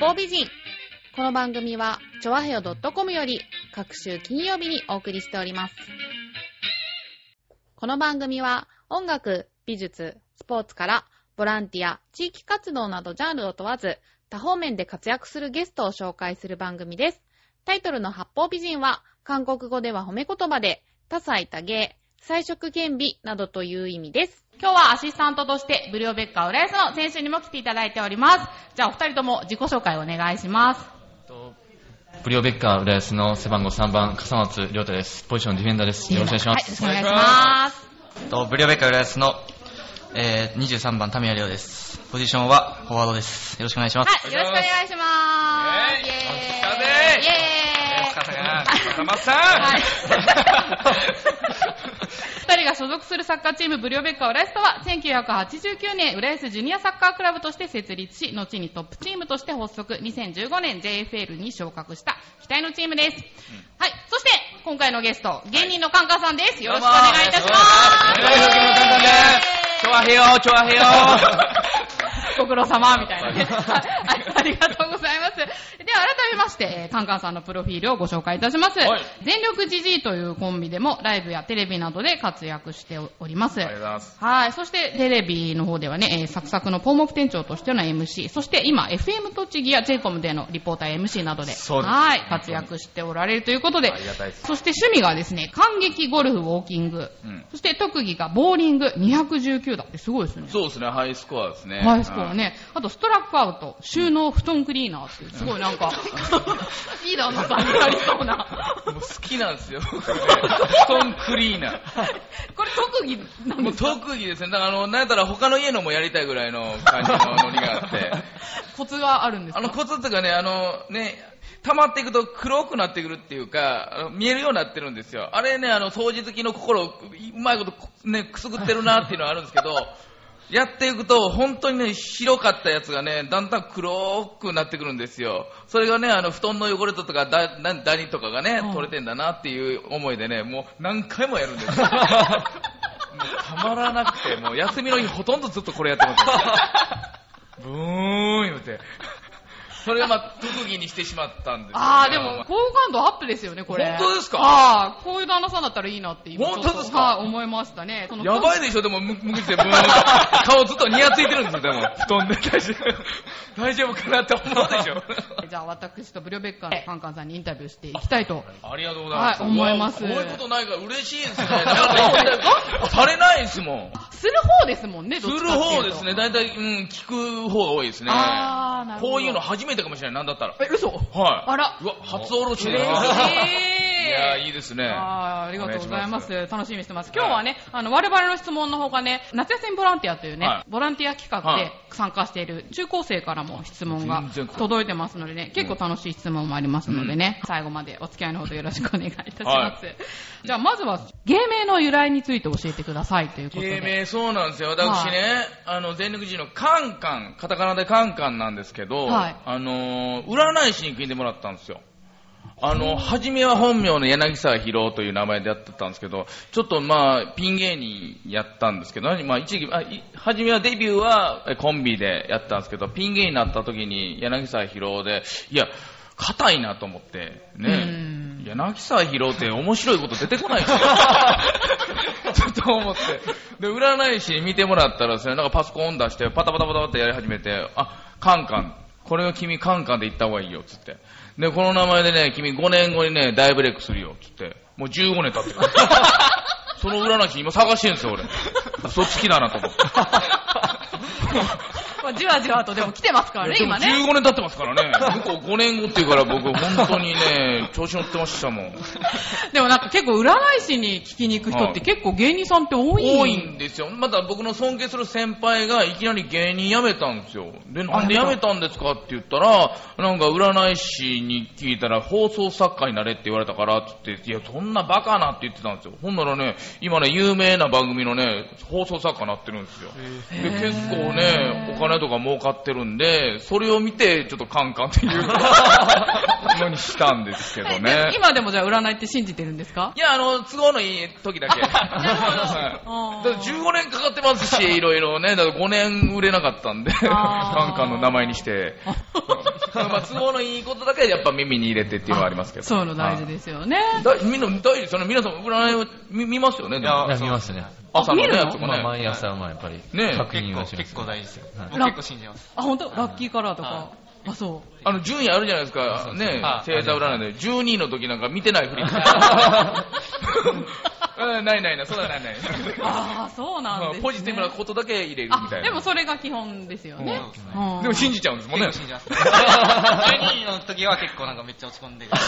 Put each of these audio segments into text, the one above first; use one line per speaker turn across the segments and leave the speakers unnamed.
方美人。この番組はちょわへよ .com より各週金曜日にお送りしております。この番組は音楽、美術、スポーツからボランティア、地域活動などジャンルを問わず多方面で活躍するゲストを紹介する番組です。タイトルの八方美人は韓国語では褒め言葉で多彩多芸、彩色兼備などという意味です。今日はアシスタントとしてブリオベッカ浦安の選手にも来ていただいております。じゃあお二人とも自己紹介をお願いします。
ブリオベッカ浦安の背番号3番笠松亮太です。ポジションディフェンダーです。よろしくお願いします。
はい、よろしくお願いします。
ブリオベッカ浦安の、23番田宮亮です。ポジションはフォワードです。よろしくお願いします。
はい、よろしくお願いします。イエーイ。イエーイ。
笠松さん。
はい。2人が所属するサッカーチームブリオベッカ浦安とは1989年浦安ジュニアサッカークラブとして設立し、後にトップチームとして発足、2015年 JFL に昇格した期待のチームです。はい、そして今回のゲスト、芸人のカンカンさんです。よろしくお願いいたします。
ちょわへよちょわへよ
ご苦労様みたいなね。ありがとうございます。では改めましてカンカンさんのプロフィールをご紹介いたします。
はい、
全力ジジイというコンビでもライブやテレビなどで活躍しております。
ありがとうございます。
はい。そしてテレビの方ではね、サクサクのポーモク店長としての MC、そして今 FM 栃木や JCOM でのリポーター MC などで、はい、活躍しておられるということで、
ありがたいです。
そして趣味がですね、観劇、ゴルフ、ウォーキング、そして特技がボーリング219だってすごいですね。
そうですね、ハイスコアですね。
ハイスコアね。あとストラックアウト、収納布団クリーナーっていう、すごいなんか、いい旦那さんになりそうな。
もう好きなんですよ。布団クリーナー。
これ特技なんですか？
もう特技ですね。だからなんやったら他の家のもやりたいぐらいの感じのノリがあって。
コツがあるんですか？
コツっていうかね、溜まっていくと黒くなってくるっていうか、見えるようになってるんですよ。あれね、掃除好きの心をうまいことね、くすぐってるなっていうのはあるんですけど、やっていくと本当にね、白かったやつがね、だんだん黒くなってくるんですよ。それがね、布団の汚れとかダニとかがね、取れてんだなっていう思いでね、もう何回もやるんですよ。もうたまらなくて、もう休みの日ほとんどずっとこれやってますよ。ブーン言うて。それが特技にしてしまったんですよ。
ああ、でも好感度アップですよね、これ。
本当ですか？
ああ、こういう旦那さんだったらいいなって今
本当ですか？
思いましたね。
やばいでしょ、でも、むくしてブーンと。顔ずっとニヤついてるんですよ、でも。布団で大丈夫かなって思うでしょ。
じゃあ私とブリオベッカのカンカンさんにインタビューしていきたいと。
ありがとうございます。
はい、思います。
こういうことないから嬉しいですね。なかなかされないですもん。
する方ですもんね、どっちかっていうと。
する方ですね。だいたい、聞く方が多いですね。
ああ、なるほど。
こういうの初めてかもしれない、なんだったら。
嘘？
はい。
あら。
うわ、初おろしだな。いや、いいですね。
ありがとうございます。楽しみにしてます。今日はね、我々の質問のほかね、夏休みボランティアというね、ボランティア企画で参加している中高生からも質問が届いてますのでね、結構楽しい質問もありますのでね、最後までお付き合いのほどよろしくお願いいたします。じゃあまずは、芸名の由来について教えてくださいということで。
芸名、そうなんですよ。私ね、全力時のカンカン、カタカナでカンカンなんですけど、占い師に聞いてもらったんですよ。初めは本名の柳沢博夫という名前でやってたんですけど、ちょっとピン芸人やったんですけど、一時期、初めはデビューはコンビでやったんですけど、ピン芸人になった時に柳沢博夫で、いや、硬いなと思って、ね。柳沢博夫って面白いこと出てこないですよ。ちょっと思って。で、占い師に見てもらったらですね、なんかパソコン出して、パタパタパタってやり始めて、カンカン。これは君カンカンで行った方がいいよ、つって。で、この名前でね、君5年後にね、大ブレイクするよ、つって。もう15年経ってる。その占い師今探してるんですよ、俺。嘘つきだなと思って。
じわじわとでも来てますからね、今ね。
15年経ってますからね。向こう5年後っていうから僕本当にね、調子乗ってましたもん。
でもなんか結構占い師に聞きに行く人って結構芸人さんって多い
んですよ。また僕の尊敬する先輩がいきなり芸人辞めたんですよ。で、なんで辞めたんですかって言ったら、なんか占い師に聞いたら放送作家になれって言われたからって言って、いや、そんなバカなって言ってたんですよ。ほんならね、今ね、有名な番組のね、放送作家になってるんですよ。で、結構ね、お金とか儲かってるんで、それを見てちょっとカンカンっていうのにしたんですけどね。
今でもじゃあ占いって信じてるんですか？
いや、都合のいい時だけ。だから15年かかってますし、いろいろね。だから5年売れなかったんで、カンカンの名前にして。まあ都合のいいことだけやっぱ耳に入れてっていうのはありますけど。
そういうの大事ですよね。
みんな大事ですよね。皆さん占いを見ますよね。
いや、見ますね。
朝のね、やつもね。
毎朝やっぱり確認はします。
結構大事ですよ。結構信じます。
あ、本当？ラッキーカラーとか。あ、そう。
順位あるじゃないですか。ね、星座占いで。12位の時なんか見てないふり。ない、そうだない。
ああ、そうなんですね。
ポジティブなことだけ入れるみたいな。
でもそれが基本ですよね。
でも信じちゃうんですもんね。
信じます。12位の時は結構なんかめっちゃ落ち込んでる。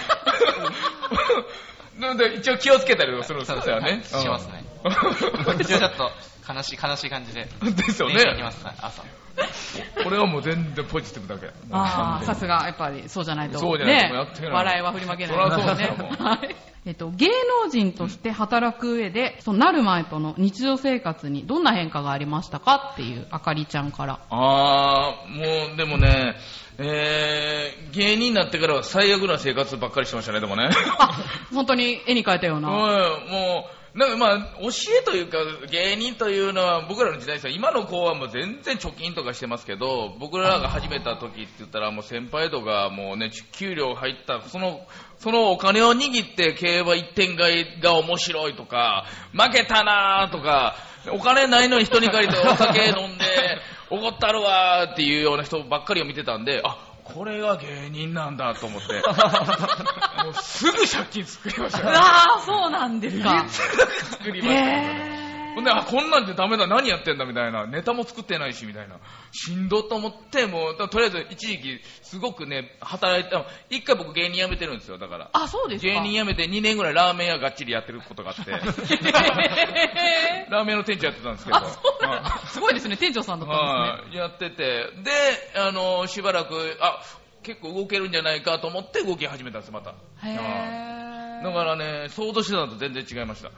なので一応気をつけたりするんですよね。
しますね。一応ちょっと悲しい感じで。
ですよね。
朝。
これはもう全然ポジティブだけ。
ああ、さすがやっぱりそうじゃないと。
そうじゃないとやってない。
笑いは振りまけないですね。芸能人として働く上で、なる前との日常生活にどんな変化がありましたかっていうあかりちゃんから。
もうでもね、芸人になってからは最悪な生活ばっかりしてましたね、でもね。
本当に絵に描いたような。
もうなんかまあ教えというか芸人というのは僕らの時代ですよ。今の子はもう全然貯金とかしてますけど、僕らが始めた時って言ったらもう先輩とかもうね給料入ったそのお金を握って競馬一点買いが面白いとか、負けたなーとか、お金ないのに人に借りてお酒飲んで怒ったるわーっていうような人ばっかりを見てたんで、これが芸人なんだと思ってもうすぐ借金作りましたね。
ああ、そうなんですか。
作りましたね。ほんで、こんなんでダメだ、何やってんだみたいな、ネタも作ってないしみたいな、しんどと思って、もうとりあえず一時期すごくね働いて、一回僕芸人辞めてるんですよ。だから。
あ、そうですか。
芸人辞めて2年ぐらいラーメン屋がっちりやってることがあって、ラーメンの店長やってたんですけど。
すごいですね、店長さんだったんですね。
やってて、でしばらく結構動けるんじゃないかと思って動き始めたんですまた。
へー。
だからね、想像してたのと全然違いました。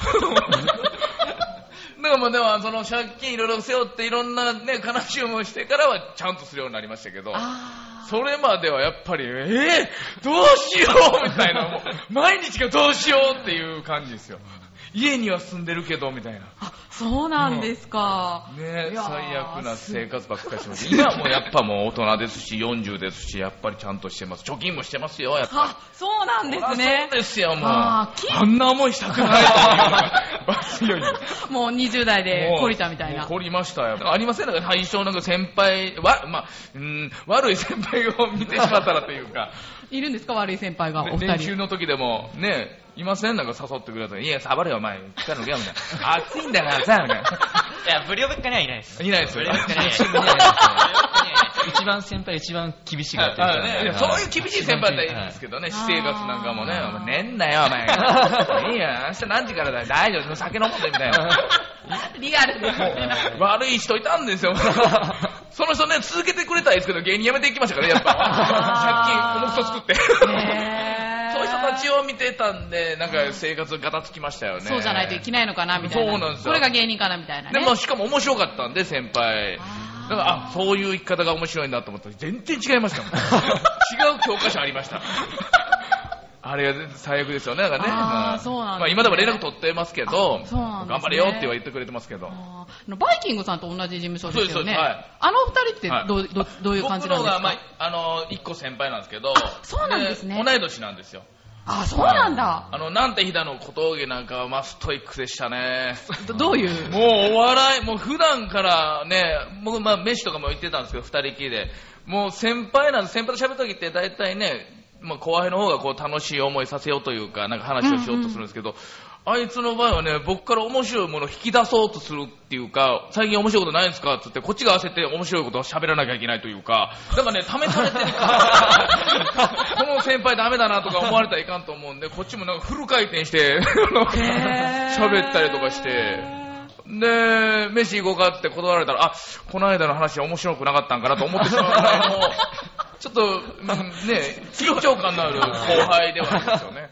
だからでもその借金いろいろ背負っていろんなね悲しい思いしてからはちゃんとするようになりましたけど、それまではやっぱりどうしようみたいな、もう毎日がどうしようっていう感じですよ。家には住んでるけどみたいな。
そうなんですか。
ね、最悪な生活ばっかりします。今はもうやっぱもう大人ですし40ですし、やっぱりちゃんとしてます。貯金もしてますよ、やっぱ。
そうなんですね。
そうですよ、もう。あんな思いしたくないという。
もう20代で懲りたみたいな。
懲りましたよ。ありません？最初なんか先輩は、悪い先輩を見てしまったらというか。
いるんですか、悪い先輩がお二人。
練習の時でもね、いません？なんか誘ってくれたら、いや、サバれよ、お前。力抜けよ、みたいな。暑いんだからさ、みたいな。
いや、ブリオベッカにはいないです。
いないですよ。
一番先輩、一番厳しいから。
そういう厳しい先輩だったらいいんですけどね、私生活なんかもね、お前寝んなよ、お前。いいや、明日何時からだよ、大丈夫、酒飲もうぜ、みたいな。
リアルですね。
悪い人いたんですよ。その人ね、続けてくれたらいいですけど、芸人辞めていきましたからね、やっぱ。借金、重くそ作って。そういう人たちを見てたんで、なんか生活ガタつきましたよね。
そうじゃないといけないのかな、みたいな。
そうなんですよ。
これが芸人かな、みたいなね。
でもしかも面白かったんで、先輩。だからそういう生き方が面白いんだと思ったら全然違いましたもん。違う教科書ありました。あれが最悪ですよね。だからね。
そうなんですね。
今でも連絡取ってますけど、
頑
張れよって言ってくれてますけど。
バイキングさんと同じ事務所ですよね。
はい、
あの二人ってどういう感じなんですか？
僕のが1個先輩なんですけど、
そうなんですね。
同い年なんですよ。
そうなんだ。
なんて日だの小峠なんかはストイックでしたね。
どういう？
もうお笑い、もう普段からね、僕飯とかも行ってたんですけど、二人きりで。もう先輩と喋るときって大体ね、後輩の方がこう楽しい思いさせようというか、なんか話をしようとするんですけど、あいつの場合はね、僕から面白いものを引き出そうとするっていうか、最近面白いことないんですかって言って、こっちが焦って面白いことを喋らなきゃいけないというか、だからね、試されてるから、この先輩ダメだなとか思われたらいかんと思うんで、こっちもなんかフル回転して、喋ったりとかして、で、飯行こうかって断られたら、この間の話は面白くなかったんかなと思ってしまうぐらいの、ちょっと、ね、緊張感のある後輩ではあるんですよね。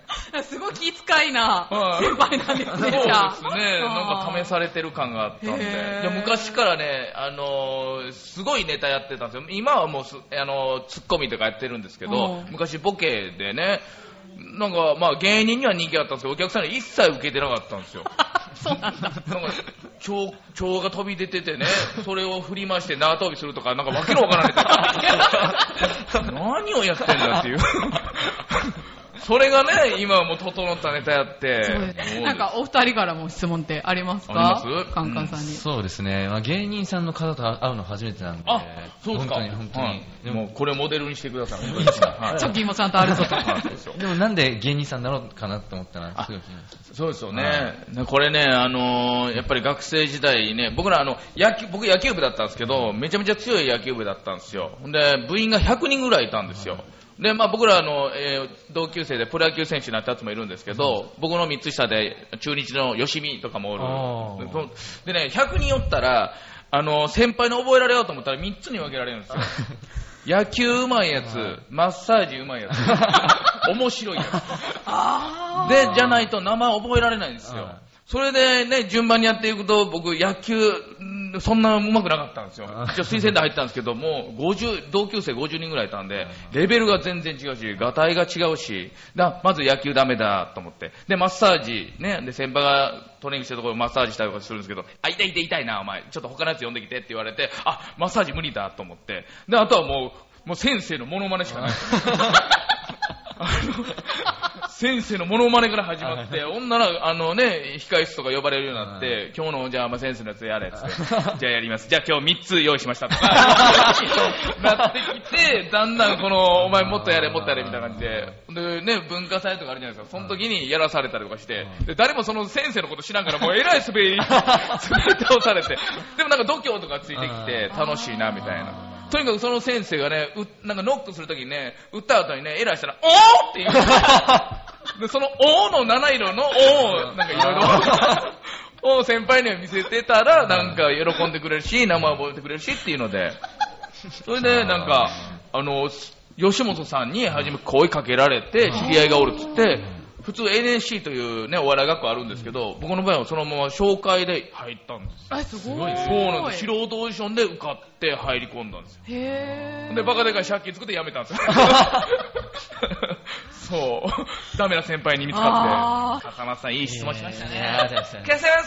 すごい気遣いな先輩なんですね。
そうですね。なんか試されてる感があったんで。いや昔からね、すごいネタやってたんですよ。今はもうツッコミとかやってるんですけど、昔ボケでね、なんかまあ芸人には人気あったんですけど、お客さんに一切受けてなかったんですよ。
そうなんだ。
なんか蝶が飛び出ててね、それを振り回して縄跳びするとか、なんかわけのわからない何をやってんだっていう。それがね、今はもう整ったネタやって。
なんかお二人からも質問ってありますか？
あります？
カンカンさんに。
そうですね。まあ、芸人さんの方と会うの初めてなんで。
あ、そうですか。
本当に。
でもこれモデルにしてください。
貯金もちゃんとあるぞと。
でもなんで芸人さんだろうかなって思ったらすぐ気になりました。
そうですよね。これね、やっぱり学生時代ね、僕ら僕野球部だったんですけど、めちゃめちゃ強い野球部だったんですよ。で、部員が100人ぐらいいたんですよ。で、まあ僕ら同級生でプロ野球選手になったやつもいるんですけど、僕の3つ下で中日の吉見とかもおる。でね、100人おったら、先輩の覚えられようと思ったら3つに分けられるんですよ。野球うまいやつ、マッサージうまいやつ、面白いやつ。で、じゃないと名前覚えられないんですよ。それでね、順番にやっていくと、僕野球、そんな上手くなかったんですよ。一応推薦で入ったんですけども、同級生50人ぐらいいたんで、レベルが全然違うし、ガタイが違うし、まず野球ダメだと思って。で、マッサージ、ね、で、先輩がトレーニングしてるところマッサージしたりとかするんですけど、痛いな、お前。ちょっと他のやつ呼んできてって言われて、マッサージ無理だと思って。で、あとはもう先生のモノマネしかない。先生のモノマネから始まって、ほんなら、控室とか呼ばれるようになって、今日の、じゃあ、先生のやつやれっつって、じゃあやります。じゃあ今日3つ用意しましたとか、なってきて、だんだんお前もっとやれみたいな感じで、で、ね、文化祭とかあるじゃないですか、その時にやらされたりとかして、で誰もその先生のこと知らんから、もうえらい滑り倒されて、でもなんか度胸とかついてきて、楽しいな、みたいな。とにかくその先生がね、なんかノックするときにね、打った後にね、エラーしたら、おーって言う。で、そのおーの七色のおーを、なんかいろいろ、を先輩には見せてたら、なんか喜んでくれるし、名前覚えてくれるしっていうので、それでなんか、吉本さんに初め声かけられて、知り合いがおるっつって、普通 NSC というね、お笑い学校あるんですけど、僕の場合はそのまま紹介で入ったんです。
すごい。
そうなんです。素人オーディションで受かって入り込んだんですよ。
へー。
で、バカでかい借金作って辞めたんですよ。そう。ダメな先輩に見つかって。笠松さん、いい質問しましたね。笠松さん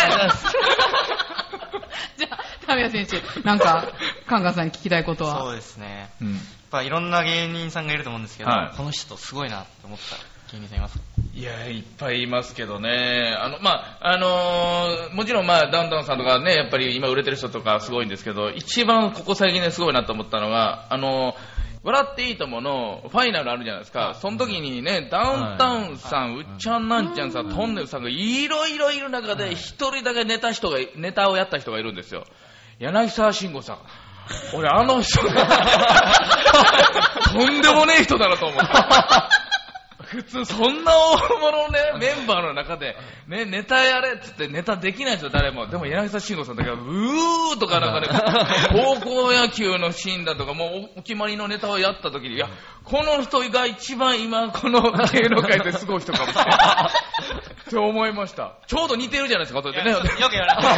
じゃあ、タミヤ選手、なんか、カンカンさんに聞きたいことは？
そうですね。やっぱいろんな芸人さんがいると思うんですけど、この人すごいなって思った芸人さんいますか？
いや、いっぱいいますけどね。もちろんダウンタウンさんとかね、やっぱり今売れてる人とかすごいんですけど、一番ここ最近ですごいなと思ったのが、笑っていいとものファイナルあるじゃないですか。その時にね、ダウンタウンさん、うっちゃんなんちゃんさん、トンネルさんがいろいろいる中で、一人だけネタをやった人がいるんですよ。柳沢慎吾さん。俺、あの人が、とんでもねえ人だなと思った。普通そんな大物ね、メンバーの中で、ね、ネタやれっつってネタできない人誰も。でも柳沢慎吾さんだけは、うーとかなんかね、高校野球のシーンだとか、もうお決まりのネタをやった時に、いや、この人が一番今、この芸能界ですごい人かもしれない。って思いました。ちょうど似てるじゃないですか、そうやってね。
よく言われます。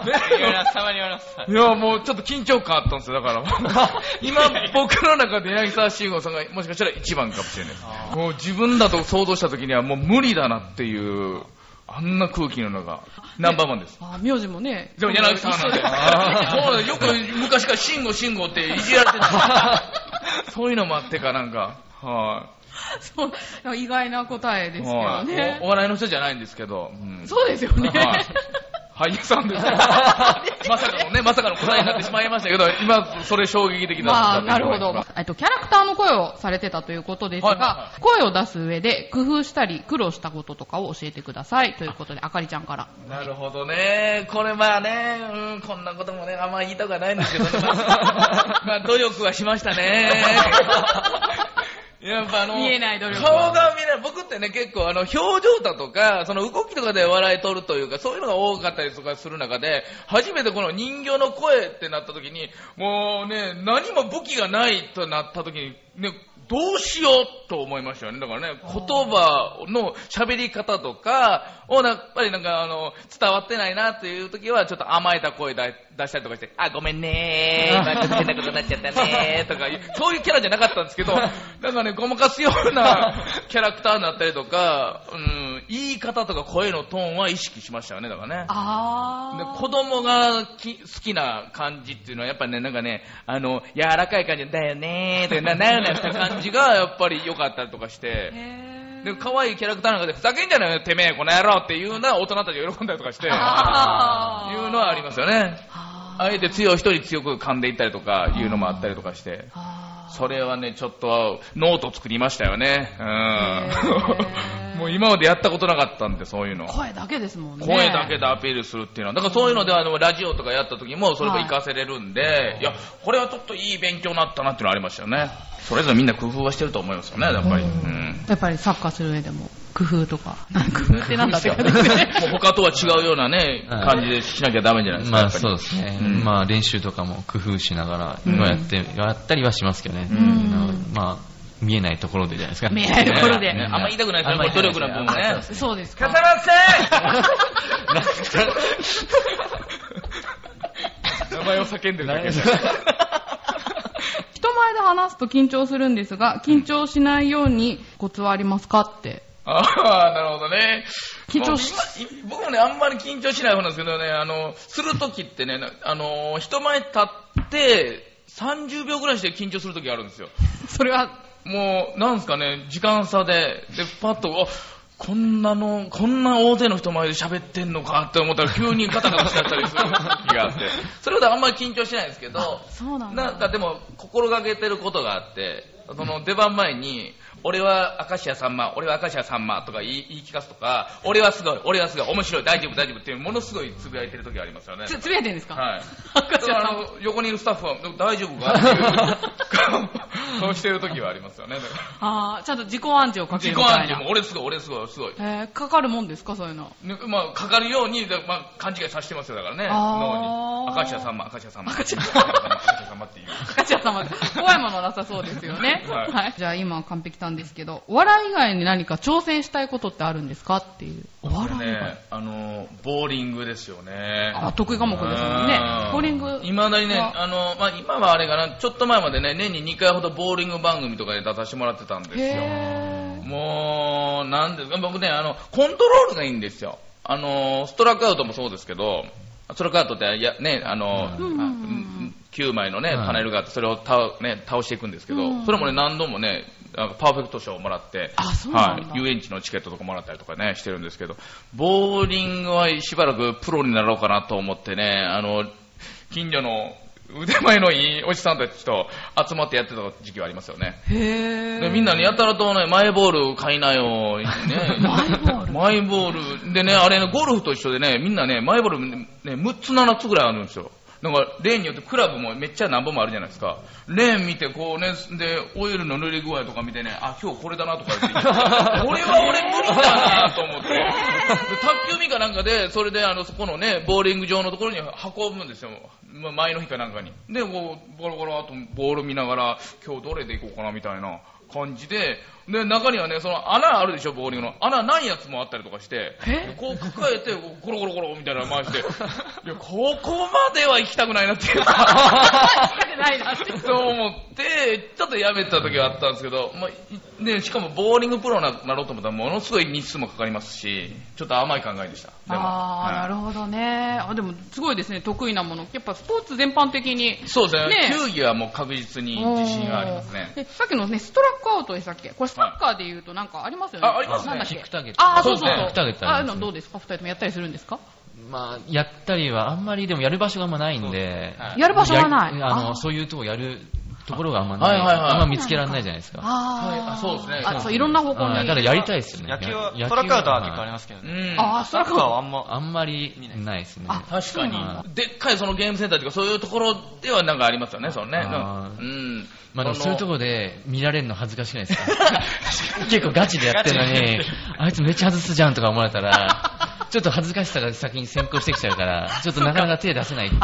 言われます。たまに言われます。
いや、もうちょっと緊張感あったんですよ、だから。今、僕の中で柳沢慎吾さんがもしかしたら一番かもしれないです。もう自分だと想像した時にはもう無理だなっていう、あんな空気の中、ナンバーワンです。
名字もね。
でも柳沢なんで。そうよく昔から慎吾っていじられてた。そういうのもあってかなんか、
そう意外な答えですけどね。
お笑いの人じゃないんですけど、
そうですよね。
俳優さんです。まさかの答えになってしまいましたけど、今それ衝撃的だった。
なるほど。キャラクターの声をされてたということですが、声を出す上で工夫したり苦労したこととかを教えてくださいということで、あかりちゃんから。
なるほどね。これこんなこともね、あんま言いたくはないんですけど、努力はしましたね。やっぱ
見えない努力
顔が見えない。僕ってね、結構表情だとか、その動きとかで笑い取るというか、そういうのが多かったりとかする中で、初めてこの人形の声ってなった時に、もうね、何も武器がないとなった時に、ね、 どうしようと思いましたよね。だからね、言葉の喋り方とかをやっぱりなんか伝わってないなっていう時はちょっと甘えた声出したりとかして、あ、ごめんねー、なんか変なことになっちゃったねーとか、そういうキャラじゃなかったんですけど、なんかね、ごまかすようなキャラクターになったりとか、言い方とか声のトーンは意識しましたよね、だからね。で子供が好きな感じっていうのはやっぱりね、なんかね、柔らかい感じだよねーとか、なよなよした感じがやっぱり良かったりとかして、で可愛いキャラクターの中でふざけんじゃないよてめえこの野郎っていうのは大人たちが喜んだりとかしていうのはありますよね。あえて強い人に強く噛んでいったりとかいうのもあったりとかして、それはねちょっとノート作りましたよね。もう今までやったことなかったんで、そういうの
声だけですもんね。
声だけでアピールするっていうのは、だからそういうのでラジオとかやった時もそれも活かせれるんで、いやこれはちょっといい勉強になったなっていうのはありましたよね。それぞれみんな工夫はしてると思いますよね、やっぱり。
やっぱりサッカーする上でも工夫とか工夫ってなんだって感じですね。
もう他とは違うようなね感じでしなきゃダメじゃないですか。
まあそうですね。まあ練習とかも工夫しながらやったりはしますけどね。まあ見えないところでじゃないですか。
見えないところで。
あんま言いたくないですね。努力な分もね。
そうですか。
笠松さん名前を叫んでるだけで。
人前で話すと緊張するんですが、緊張しないようにコツはありますかって。
ああ、なるほどね。
緊張し
僕もね、あんまり緊張しない方なんですけどね、するときってね、人前立って30秒ぐらいして緊張するときあるんですよ。
それは
もう、なんですかね、時間差で、パッと、こんな大勢の人前で喋ってんのかって思ったら急にガタガタしちゃったりする時があって、それほどあんまり緊張しないんですけど、なんかでも心がけてることがあって、その出番前に、俺は明石家さんま、俺は明石家さんまとか言い聞かすとか、俺はすごい、面白い、大丈夫っていうものすごいつぶやいてる時がありますよね。
つぶやいてるんですか？
はい。横にいるスタッフは大丈夫かっていうそうしてる時はありますよね。
ちゃんと自己暗示をかけるみたいな。
自己暗示も俺すごい。
かかるもんですか、そういうの。
まあかかるように勘違いさせてますよだからね。脳に。明石家さんまっていう。明石家さんま
怖いものなさそうですよね。はい。じゃあ今完璧なんですけど、お笑い以外に何か挑戦したいことってあるんですかっていう。
お笑いね、ボーリングですよね。
得意科目ですもんね。ボーリング。
未だにね、今はあれかな、ちょっと前までね、年に2回ほどボーリング番組とかで出させてもらってたんですよ。もう、なんですか、僕ね、コントロールがいいんですよ。ストラックアウトもそうですけど、ストラックアウトってね、9枚のね、パネルがあって、それを倒していくんですけど、それもね、何度もね、パーフェクト賞をもらって、遊園地のチケットとかもらったりとかね、してるんですけど、ボーリングはしばらくプロになろうかなと思ってね、近所の腕前のいいおじさんたちと集まってやってた時期はありますよね。
で
みんなにやたらとね、マイボール買いなよ、ね、マイボールでね、あれね、ゴルフと一緒でね、みんなね、マイボールね、6つ7つぐらいあるんですよ。なんかレーンによってクラブもめっちゃ何本もあるじゃないですか。レーン見てこうね、でオイルの塗り具合とか見てね、あ、今日これだなとか言ってこれは俺無理だなと思ってで卓球見かなんかで、それでそこのねボーリング場のところに運ぶんですよ、前の日かなんかに。でこうゴロゴロとボール見ながら、今日どれでいこうかなみたいな感じで、中にはね、その穴あるでしょ、ボーリングの穴ないやつもあったりとかして、こう抱えてゴロゴロゴロみたいなの回して、いや、ここまでは行きたくないなっていうかそう思ってちょっとやめた時はあったんですけど、でしかもボーリングプロになろうと思ったらものすごい日数もかかりますし、ちょっと甘い考えでした。
なるほどね。でもすごいですね、得意なもの。やっぱスポーツ全般的に
そうですね、球技はもう確実に自信がありますね。
さっきのね、ストラックアウトでしたっけ？これサッカーで言うとなんかありますよね。
ありますね。
なんだっけ？
キックターゲット。
そう。
キックターゲット
ああいうのどうですか？2人ともやったりするんですか？
まあ、やったりはあんまりでもやる場所があんまないんで。
やる場所がない。
そういうとこやるところがあんまない。あんま見つけられないじゃないですか。
そうですね。
そう、いろんな方向に。
だからやりたいですよね。
野球は、ストラックアウトは結構ありますけどね。
ストラックアウトは
あんまりないですね。
確かに。でっかいそのゲームセンターとかそういうところではなんかありますよね、そのね。
まあでもそういうところで見られるの恥ずかしくないですか？結構ガチでやってるのに、あいつめっちゃ外すじゃんとか思われたら、 ちょっと恥ずかしさが先に先行してきちゃうから、ちょっとなかなか手出せないっていう。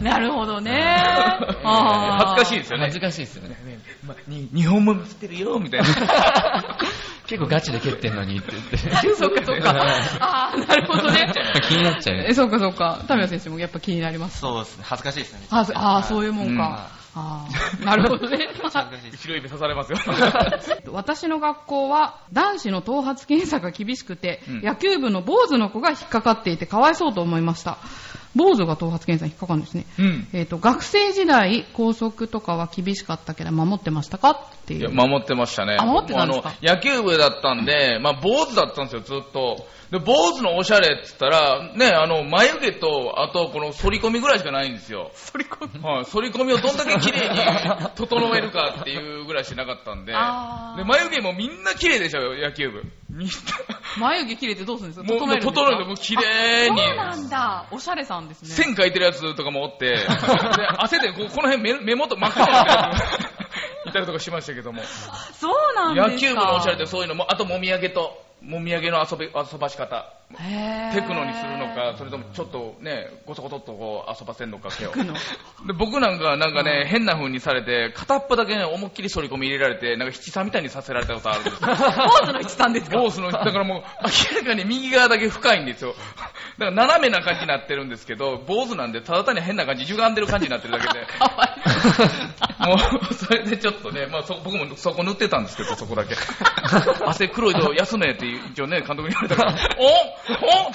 なるほどね。
恥ずかしいですよね。
恥ずかしいですよね。
日本も見せてるよみたいな。
結構ガチで蹴ってんのにって言って。
そうかそうか。ああ、なるほどね。
気になっちゃうね。
そうかそうか。田村選手もやっぱ気になります。
そうですね。恥ずかしいですね。
ああ、そういうもんか。ああ、なるほどね。
白指刺されますよ。
私の学校は男子の頭髪検査が厳しくて、野球部の坊主の子が引っかかっていてかわいそうと思いました。坊主が頭髪検査に引っかかるんですね。学生時代校則とかは厳しかったけど守ってましたかっていう。いや、
守ってましたね。
守ってたんですか？
野球部だったんで、坊主だったんですよ、ずっと。で、坊主のおしゃれって言ったら、ね、眉毛と、あと、この反り込みぐらいしかないんですよ。反り込み？はい、反り込みをどんだけ綺麗に整えるかっていうぐらいしなかったんで。で、眉毛もみんな綺麗でしょ、野球部。みんな。
眉毛綺麗ってどうするんですか？
整えるんですか？整えるもう綺麗に。
そうなんだ。おしゃれさんですね。
線描いてるやつとかもおって、で汗でこの辺目元真っ赤になってるやついたりとかしましたけども。
そうなんですか。
野球部のおしゃれってそういうのも、あともみあげの遊ばし方。テクノにするのか、それともちょっとね、ゴソゴソっとこう遊ばせんのか、手を。で、僕なんかね、変な風にされて、片っぽだけね、思いっきり反り込み入れられて、なんか七三みたいにさせられたことあるんですよ。
坊主の七三ですか？
坊主の、だからもう、明らかに右側だけ深いんですよ。だから斜めな感じになってるんですけど、坊主なんで、ただ単に変な感じ、歪んでる感じになってるだけで。もう、それでちょっとね、僕もそこ塗ってたんですけど、そこだけ。汗黒いと休めって一応ね、監督に言われたから、お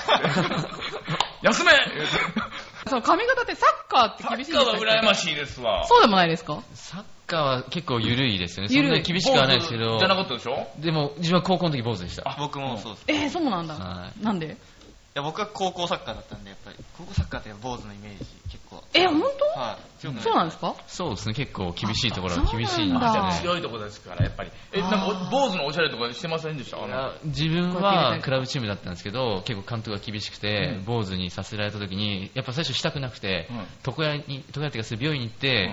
休め
そう、髪型ってサッカーって厳しいんですか？
サッカーは羨ましいですわ。
そうでもないですか？
サッカーは結構緩いですよね。そんなに厳しくはないですけど。
じゃなかったでしょ？
でも、自分は高校の時坊主でした。
僕もそうです。
そうなんだ。なんで？
いや、僕は高校サッカーだったんで、やっぱり高校サッカーって坊主のイメージ結構。
本当？
はい。
そうなんですか？
そうですね、結構厳しいところは厳しいんですよね。
強いところですから、やっぱり。なんか坊主のおしゃれとかしてませんでした？
自分はクラブチームだったんですけど、結構監督が厳しくて、坊主にさせられた時に、やっぱ最初したくなくて、床屋っていうか美容院に行って、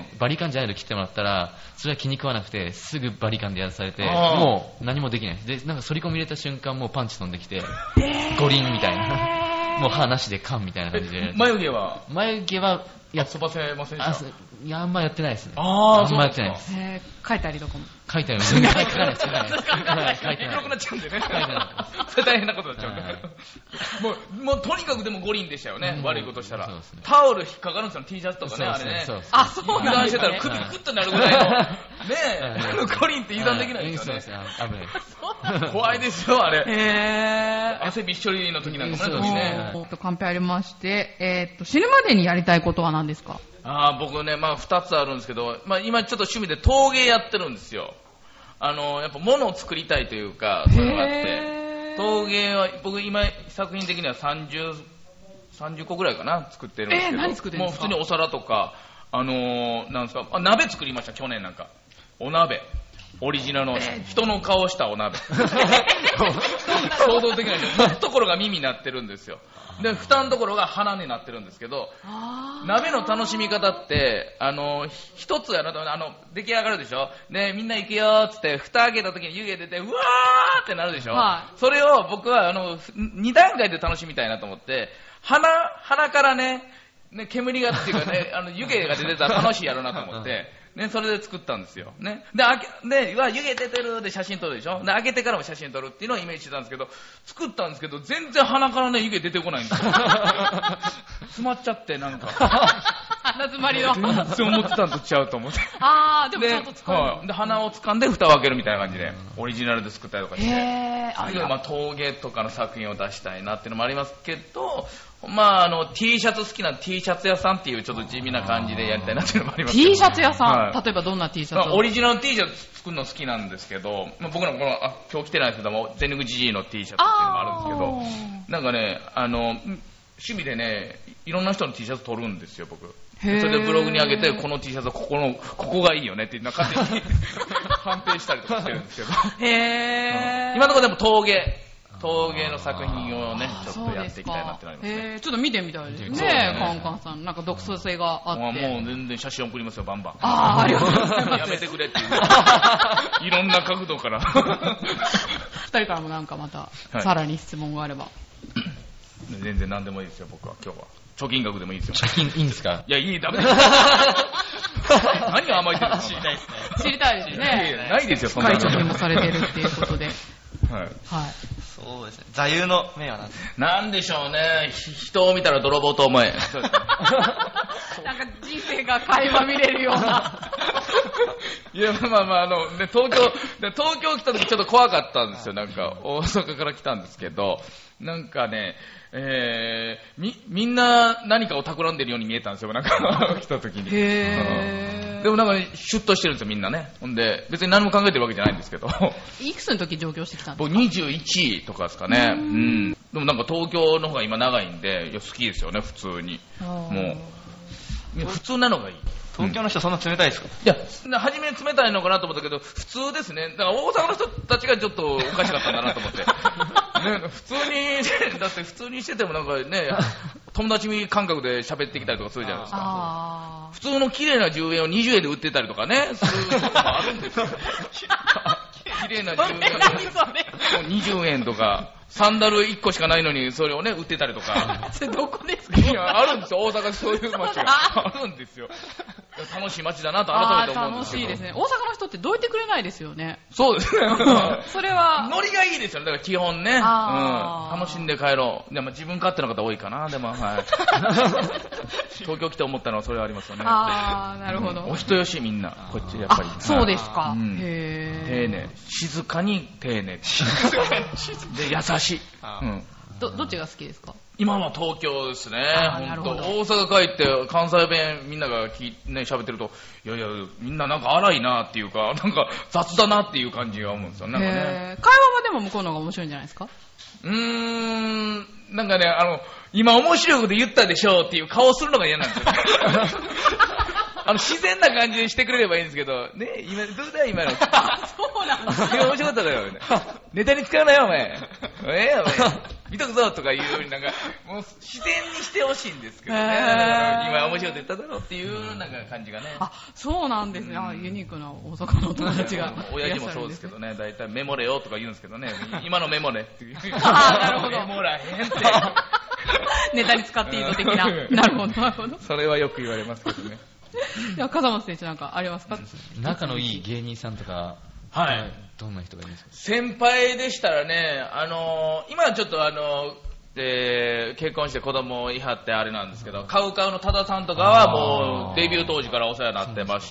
バリカンじゃないの切ってもらったら、それは気に食わなくて、すぐバリカンでやらされて、もう何もできない。で、なんか反り込み入れた瞬間、もうパンチ飛んできて、五輪みたいな。もう歯なしで缶みたいな感じで。
眉毛は
遊
ばせませんでした？
いや、あんまやってないですね。
あん
まやってないです。
書いたりとかも。
書いたりも全然書いてないです。書いて
ない。黒くなっちゃうんでね。それ大変なことになっちゃうんで。もうとにかくでも五輪でしたよね。悪いことしたら。タオル引っかかるんですよ、T シャツとかね、あれね。
そう
油断してたら首クッとなるぐらいの。ねえ、五輪って油断できないですよね。危ない。怖いですよ、あれ。汗びっしょりの時なんかもね。
カンペありまして、死ぬまでにやりたいことは何ですか？
僕ね、2つあるんですけど、今ちょっと趣味で陶芸やってるんですよ。やっぱ物を作りたいというか、そういうのがあって、陶芸は、僕今作品的には30個ぐらいかな、作ってるんですけど、
何作ってるんですか？
もう普通にお皿とか、なんですか、鍋作りました、去年なんか。お鍋。オリジナルの人の顔したお鍋。想像できないですよ。ところが耳になってるんですよ。で、蓋のところが鼻になってるんですけど、鍋の楽しみ方って、一つやると、出来上がるでしょ？ね、みんな行くよーっつって、蓋開けた時に湯気出て、うわーってなるでしょ？それを僕は、2段階で楽しみたいなと思って、鼻からね、煙がっていうかね、湯気が出てたら楽しいやろうなと思って、ね、それで作ったんですよ。ね。で、湯気出てるで写真撮るでしょ？で、開けてからも写真撮るっていうのをイメージしてたんですけど、作ったんですけど、全然鼻からね、湯気出てこないんですよ。詰まっちゃって、なんか。
鼻詰まりの。
全然思ってたんとちゃうと思って。
でもちゃんと使う。
で、鼻を掴んで蓋を開けるみたいな感じで、オリジナルで作ったりとかして。陶芸とかの作品を出したいなっていうのもありますけど、T シャツ好きな T シャツ屋さんっていうちょっと地味な感じでやりたいなっていうのもありますけど。
T シャツ屋さん、例えばどんな T シャツ？
オリジナル T シャツ作るの好きなんですけど、僕らも今日着てないですけども、全力 GG の T シャツっていうのもあるんですけど、なんかね、趣味でね、いろんな人の T シャツ撮るんですよ、僕。それでブログに上げて、この T シャツはここがいいよねって勝手に判定したりとかしてるんですけど。今のところでも陶芸の作品をね、ちょっとやっていきたいなってなりますね。
ちょっと見てみたいですね、カンカンさん。なんか独創性があって。
もう全然写真送りますよ、バンバン。
ありがとうございます。
やめてくれっていう。いろんな角度から。
二人からもなんかまた、さらに質問があれば。
全然何でもいいですよ、僕は今日は。貯金額でもいいですよ。
貯金いいんですか？
いや、いい、ダメです。何を甘えてるの？
知りたいですね。
知りたいですね。
ないですよ、そんなの。
会長にもされてるっていうことで。
はい。
はい。
そうですね。座右の銘は何ですか？
なんでしょうね。人を見たら泥棒と思え。
なんか人生が垣間見れるような。
いや、まあね、東京来た時ちょっと怖かったんですよ。なんか、大阪から来たんですけど、なんかね、みんな何かを企んでるように見えたんですよ。なんか、来た時に。でもなんか、シュッとしてるんですよ、みんなね。ほんで、別に何も考えてるわけじゃないんですけど。
いくつの時上京してきたんですか？
僕21とかですかね。うん。でもなんか東京の方が今長いんで、いや、好きですよね、普通に。もう、普通なのがいい。
東京の人そんな冷たいですか？
いや、初め冷たいのかなと思ったけど、普通ですね。だから大阪の人たちがちょっとおかしかったんだなと思って。ね、普通に、だって普通にしててもなんかね、友達感覚で喋ってきたりとかするじゃないですか。普通の綺麗な10円を20円で売ってたりとかね、そういうこともあるんですよ。綺麗な10円を20円とか、サンダル1個しかないのにそれをね、売ってたりとか。
それどこですか？
いや、あるんですよ。大阪そういう街があるんですよ。楽しい街だなと改めて思うんですけど。
楽しいですね。大阪の人ってどいてくれないですよね。
そうですね。
それは。
ノリがいいですよね。だから基本ね。楽しんで帰ろう。でも自分勝手な方多いかな。でも、はい。東京来て思ったのはそれはありますよね。
なるほど。
お人よしみんな、こっちやっぱり。
そうですか。
丁寧。静かに丁寧。で、優しい。
どっちが好きですか？
今は東京ですね。本当大阪帰って関西弁みんなが喋ってると、いやいや、みんななんか荒いなっていうか、なんか雑だなっていう感じが思うんですよ。なんかね。会
話はでも向こうの方が面白いんじゃないですか？
なんかね、今面白いこと言ったでしょうっていう顔するのが嫌なんですよ。自然な感じでしてくれればいいんですけど、ね、今、どうだよ、今の。
そうなんです
ね。面白かっただよ、ネタに使うなよ、お前。お前、見とくぞ、とかいうようになんか、もう自然にしてほしいんですけどね。今面白いこと言っただろうっていう、なんか感じがね。
そうなんですね。ユニークな大阪のお友達が。
親父もそうですけどね、だいたいメモれよとか言うんですけどね、今のメモれっていう。
なるほど。
メモらへんって。
ネタに使っていいぞ的な。なるほど、なるほど。
それはよく言われますけどね。
風間選手なんかありますか？
仲のいい芸人さんとか、
はい。
どんな人がいるんですか？
先輩でしたらね、今はちょっと結婚して子供いはってあれなんですけど、カウカウの多田さんとかはもうデビュー当時からお世話になってまして、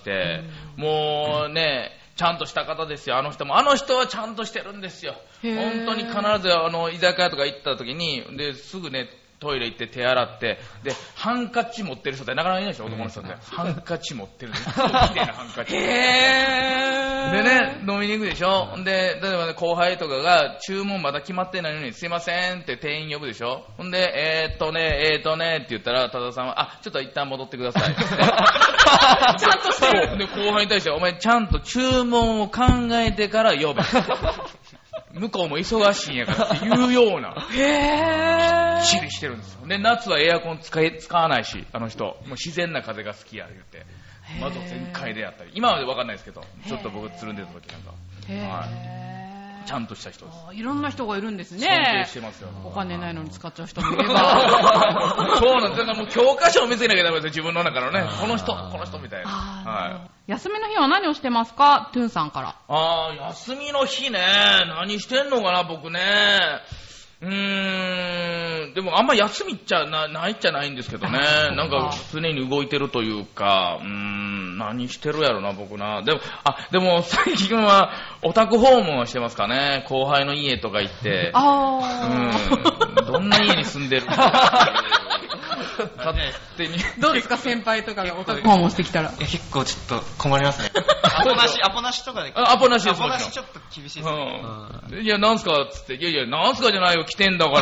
もうね、ちゃんとした方ですよ。あの人はちゃんとしてるんですよ。本当に必ず居酒屋とか行った時に、ですぐね、トイレ行って手洗って、で、ハンカチ持ってる人ってなかなかいないでしょ、男の人って。ハンカチ持ってる。綺麗なハンカチ。でね、飲みに行くでしょ。で、例えばね、後輩とかが注文まだ決まってないのに、すいませんって店員呼ぶでしょ。ほんで、って言ったら、多田さんは、ちょっと一旦戻ってください。
ちゃんとしてる。
で、後輩に対して、お前ちゃんと注文を考えてから呼べ。向こうも忙しいんやからっていうような。きっちりしてるんですよ。で、夏はエアコン使わないし、あの人。もう自然な風が好きや言うて。窓全開でやったり。今まで分かんないですけど、ちょっと僕つるんでた時なんか。はい。ちゃんとした人です。
いろんな人がいるんですね。
尊敬してますよ。
お金ないのに使っちゃう人もいれば。
そうなんです。だからもう教科書を見せなきゃダメですよ、自分の中のね。この人みたいな。はい。
休みの日は何をしてますか？トゥンさんから。
休みの日ね、何してんのかな、僕ね。でもあんま休みっちゃないっちゃないんですけどね。なんか常に動いてるというか、何してるやろな、僕な。でも最近はオタク訪問をしてますかね。後輩の家とか行って。どんな家に住んでる勝手に。
どうですか、先輩とかがオタク訪問してきたら。
結構ちょっと困りますね。アポなしとかで。
アポなしです。
アポなしちょっと厳しいですね。
いや、なんすかっつって、いや、なんすかじゃないよ、来てんだから。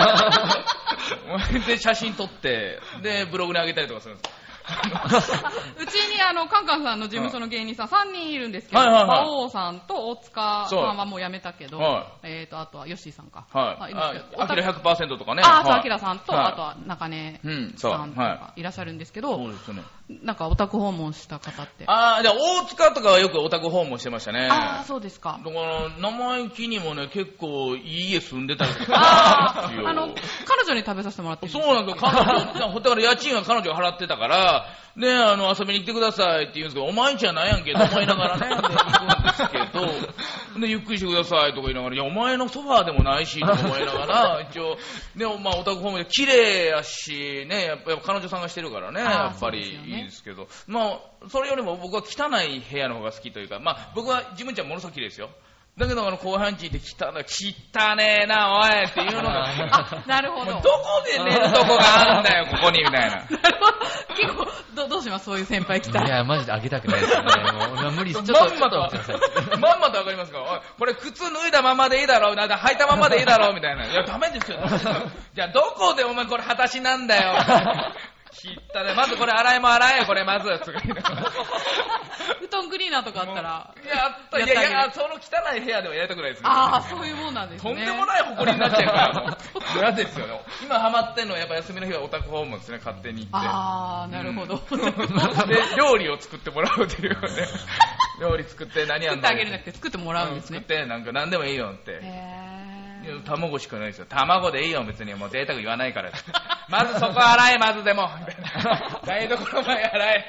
で、写真撮って、で、ブログに上げたりとかするんです。
うちにカンカンさんの事務所の芸人さん3人いるんですけど、馬王さんと大塚さんはもう辞めたけど、あとはヨッシーさんか。
はい。アキラ 100% とかね。
そう、アキラさんと、あとは中根さんとかいらっしゃるんですけど、 なんかオタク訪問した方って。
じゃあ大塚とかはよくオタク訪問してましたね。
そうですか。
だから生意気にもね、結構いい家住んでたりとか。
彼女に食べさせてもらってる。
そうなんですよ。彼女、だから家賃は彼女が払ってたから、ね、遊びに来てくださいって言うんですけど、お前んちはなんやんけと思いながらね、行くんですけど、で、ゆっくりしてくださいとか言いながら、いや、お前のソファーでもないし、とか思いながら、一応、ね、オタクホームで綺麗やし、ね、やっぱ彼女さんがしてるからね、やっぱりいいですけど、それよりも僕は汚い部屋の方が好きというか、僕は自分ちはものすごく綺麗ですよ。だけど後半地で汚ねえな、おいっていうのが。
なるほど。
どこで寝るとこがあんだよ、ここに、みたいな。
なるほど。結構、どうしますそういう先輩来たら。
いや、マジであげたくないですよね。もう無理、ちょっと。
まんまと上がりますから、おい、これ靴脱いだままでいいだろ、なんか履いたままでいいだろ、みたいな。いや、ダメですよ。じゃあ、どこでお前これ裸足なんだよ。まずこれ洗え、これまず。
布団クリーナーとかあったら。
いや、その汚い部屋ではやりたくないですけど。
そういうもんなんですね。
とんでもない埃になっちゃうから。嫌ですよね。今ハマってんのはやっぱ休みの日はオタク訪問ですね、勝手に行って。
なるほど。
で、料理を作ってもらうっていうね。料理作って何やんの
作ってあげるなくて作ってもらうんですね。
作って、なんか何でもいいよって。卵しかないですよ。卵でいいよ、別に。もう贅沢言わないから。まずそこ洗え、まずでも。みたいな。台所前洗え。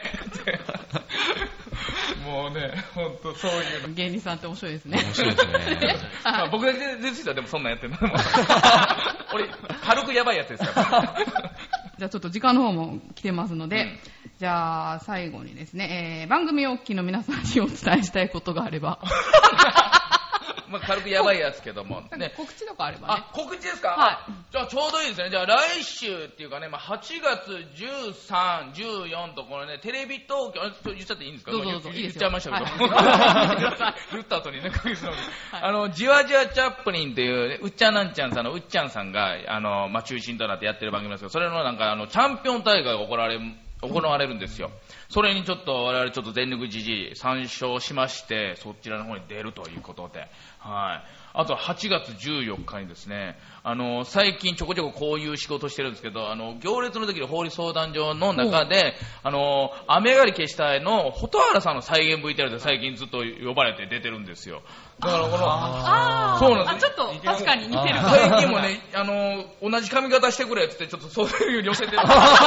もうね、ほんとそういうの。
芸人さんって面白いですね。
面白いですね。
僕だけですよ、でもそんなんやってるの。俺、軽くやばいやつですから。
じゃあちょっと時間の方も来てますので、じゃあ最後にですね、番組をお聞きの皆さんにお伝えしたいことがあれば。
軽くやばいやつけども、ね、
告知とかあればね。
告知ですか？
はい。
じゃあちょうどいいですね。じゃあ来週っていうかね、8月13、14とこのね、テレビ東京、言っちゃっていいんですか？
どうぞ
言っちゃいましたけど。言った後にね、じわじわチャップリンっていう、ね、うっちゃんなんちゃんさんのうっちゃんさんが、中心となってやってる番組なんですけど、それのなんかチャンピオン大会が行われるんですよ。それにちょっと我々ちょっと全力じじい参照しまして、そちらの方に出るということで、はい。あと8月14日にですね、最近ちょこちょここういう仕事してるんですけど、行列の時の法律相談所の中で、雨上がり消したいの蛍原さんの再現 VTR で最近ずっと呼ばれて出てるんですよ。だからそうなんです。
ちょっと確かに似てる。
最近もね、同じ髪型してくれって言って、ちょっとそういう寄せてる。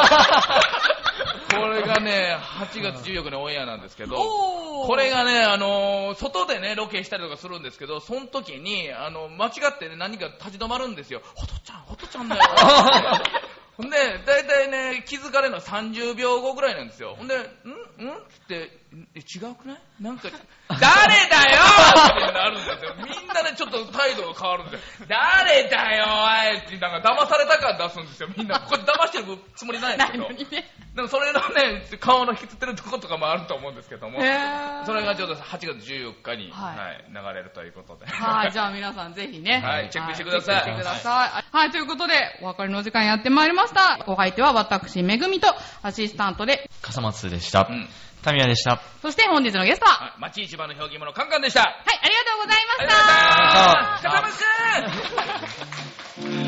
これがね、8月14日にオンエアなんですけど、これがね、外でね、ロケしたりとかするんですけど、その時に、間違ってね、何か立ち止まるんですよ。ホトちゃんだよ。ほんで、だいたいね、気づかれるのは30秒後ぐらいなんですよ。ほんで、って違うくない？なんか、誰だよってなるんですよ。みんなね、ちょっと態度が変わるんですよ。誰だよおいって、なんか騙された感出すんですよ。みんな、これ騙してるつもりないんですけど。でもそれのね、顔の引きつってるとことかもあると思うんですけども、それがちょうど8月14日に、流れるということで。
はい、じゃあ皆さんぜひね。
はい、チェックしてください。
はい、ということで、お別れの時間やってまいりました。お相手は私、めぐみとアシスタントで、
笠松でした。タミヤでした。
そして本日のゲストは、
町市場の表記者カンカンでした。
はい、ありがとうございました。
笠松くん